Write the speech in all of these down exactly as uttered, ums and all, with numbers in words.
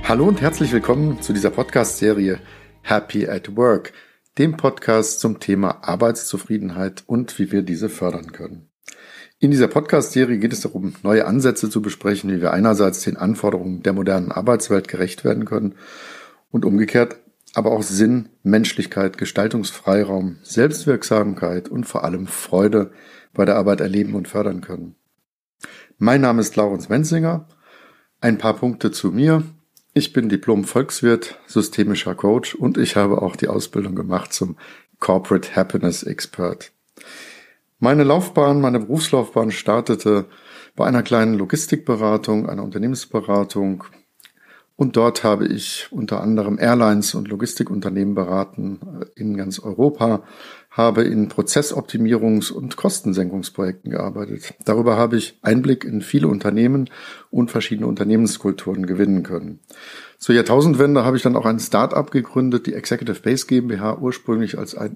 Hallo und herzlich willkommen zu dieser Podcast-Serie Happy at Work, dem Podcast zum Thema Arbeitszufriedenheit und wie wir diese fördern können. In dieser Podcast-Serie geht es darum, neue Ansätze zu besprechen, wie wir einerseits den Anforderungen der modernen Arbeitswelt gerecht werden können und umgekehrt aber auch Sinn, Menschlichkeit, Gestaltungsfreiraum, Selbstwirksamkeit und vor allem Freude bei der Arbeit erleben und fördern können. Mein Name ist Laurens Menzinger. Ein paar Punkte zu mir. Ich bin Diplom-Volkswirt, systemischer Coach und ich habe auch die Ausbildung gemacht zum Corporate Happiness Expert. Meine Laufbahn, meine Berufslaufbahn startete bei einer kleinen Logistikberatung, einer Unternehmensberatung. Und dort habe ich unter anderem Airlines und Logistikunternehmen beraten in ganz Europa, habe in Prozessoptimierungs- und Kostensenkungsprojekten gearbeitet. Darüber habe ich Einblick in viele Unternehmen und verschiedene Unternehmenskulturen gewinnen können. Zur Jahrtausendwende habe ich dann auch ein Start-up gegründet, die Executive Base GmbH, ursprünglich als ein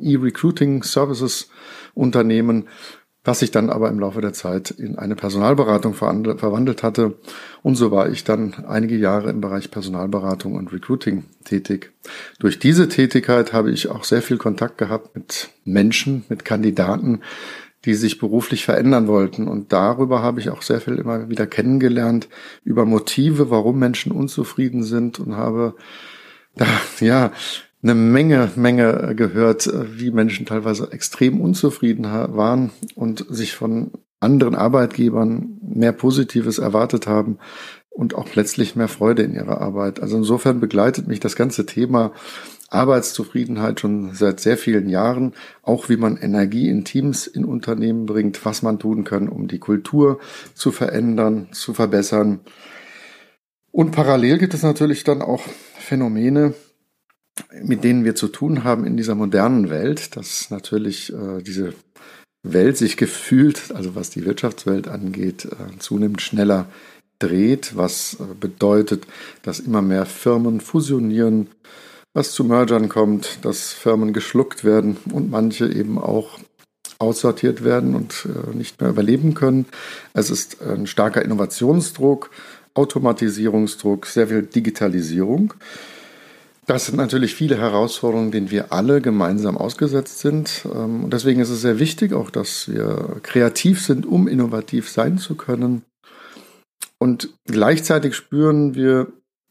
E-Recruiting-Services-Unternehmen, was sich dann aber im Laufe der Zeit in eine Personalberatung verwandelt hatte. Und so war ich dann einige Jahre im Bereich Personalberatung und Recruiting tätig. Durch diese Tätigkeit habe ich auch sehr viel Kontakt gehabt mit Menschen, mit Kandidaten, die sich beruflich verändern wollten. Und darüber habe ich auch sehr viel immer wieder kennengelernt, über Motive, warum Menschen unzufrieden sind, und habe da, ja, eine Menge, Menge gehört, wie Menschen teilweise extrem unzufrieden waren und sich von anderen Arbeitgebern mehr Positives erwartet haben und auch letztlich mehr Freude in ihrer Arbeit. Also insofern begleitet mich das ganze Thema Arbeitszufriedenheit schon seit sehr vielen Jahren, auch wie man Energie in Teams, in Unternehmen bringt, was man tun kann, um die Kultur zu verändern, zu verbessern. Und parallel gibt es natürlich dann auch Phänomene, mit denen wir zu tun haben in dieser modernen Welt, dass natürlich äh, diese Welt sich gefühlt, also was die Wirtschaftswelt angeht, äh, zunehmend schneller dreht, was äh, bedeutet, dass immer mehr Firmen fusionieren, was zu Mergern kommt, dass Firmen geschluckt werden und manche eben auch aussortiert werden und äh, nicht mehr überleben können. Es ist ein starker Innovationsdruck, Automatisierungsdruck, sehr viel Digitalisierung. Das sind natürlich viele Herausforderungen, denen wir alle gemeinsam ausgesetzt sind. Und deswegen ist es sehr wichtig auch, dass wir kreativ sind, um innovativ sein zu können. Und gleichzeitig spüren wir,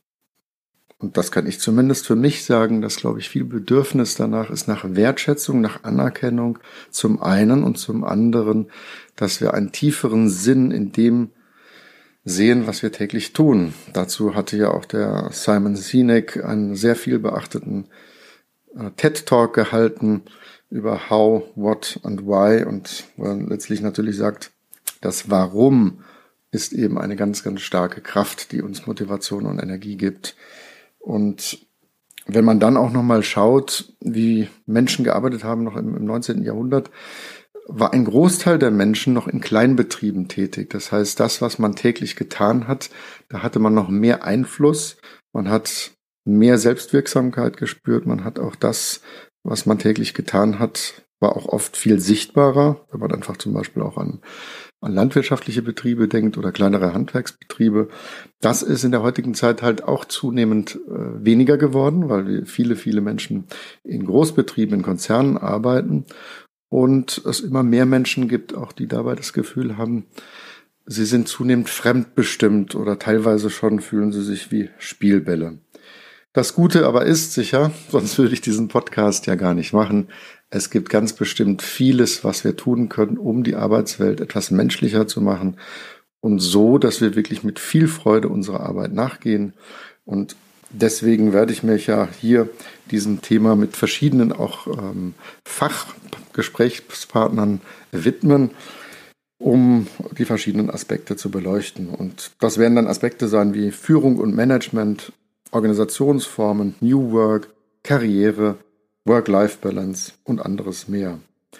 und das kann ich zumindest für mich sagen, dass, glaube ich, viel Bedürfnis danach ist, nach Wertschätzung, nach Anerkennung zum einen und zum anderen, dass wir einen tieferen Sinn in dem sehen, was wir täglich tun. Dazu hatte ja auch der Simon Sinek einen sehr viel beachteten äh, TED-Talk gehalten über How, What and Why, und wo er letztlich natürlich sagt, das Warum ist eben eine ganz, ganz starke Kraft, die uns Motivation und Energie gibt. Und wenn man dann auch nochmal schaut, wie Menschen gearbeitet haben noch im, im neunzehnten Jahrhundert, war ein Großteil der Menschen noch in Kleinbetrieben tätig. Das heißt, das, was man täglich getan hat, da hatte man noch mehr Einfluss, man hat mehr Selbstwirksamkeit gespürt, man hat auch das, was man täglich getan hat, war auch oft viel sichtbarer, wenn man einfach zum Beispiel auch an, an landwirtschaftliche Betriebe denkt oder kleinere Handwerksbetriebe. Das ist in der heutigen Zeit halt auch zunehmend äh, weniger geworden, weil wir viele, viele Menschen in Großbetrieben, in Konzernen arbeiten. Und es immer mehr Menschen gibt, auch die dabei das Gefühl haben, sie sind zunehmend fremdbestimmt oder teilweise schon fühlen sie sich wie Spielbälle. Das Gute aber ist sicher, sonst würde ich diesen Podcast ja gar nicht machen, es gibt ganz bestimmt vieles, was wir tun können, um die Arbeitswelt etwas menschlicher zu machen und so, dass wir wirklich mit viel Freude unserer Arbeit nachgehen. Und deswegen werde ich mich ja hier diesem Thema mit verschiedenen auch ähm, Fachgesprächspartnern widmen, um die verschiedenen Aspekte zu beleuchten. Und das werden dann Aspekte sein wie Führung und Management, Organisationsformen, New Work, Karriere, Work-Life-Balance und anderes mehr.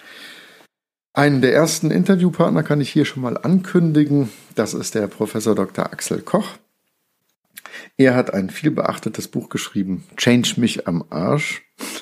Einen der ersten Interviewpartner kann ich hier schon mal ankündigen. Das ist der Professor Doktor Axel Koch. Er hat ein viel beachtetes Buch geschrieben, Change mich am Arsch.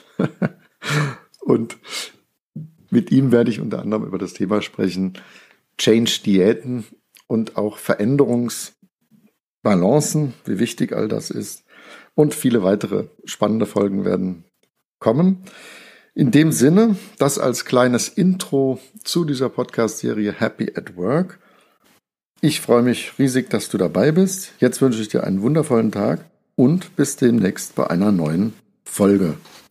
Und mit ihm werde ich unter anderem über das Thema sprechen, Change-Diäten und auch Veränderungsbalancen, wie wichtig all das ist. und viele weitere spannende Folgen werden kommen. In dem Sinne, das als kleines Intro zu dieser Podcast-Serie Happy at Work. Ich freue mich riesig, dass du dabei bist. Jetzt wünsche ich dir einen wundervollen Tag und bis demnächst bei einer neuen Folge.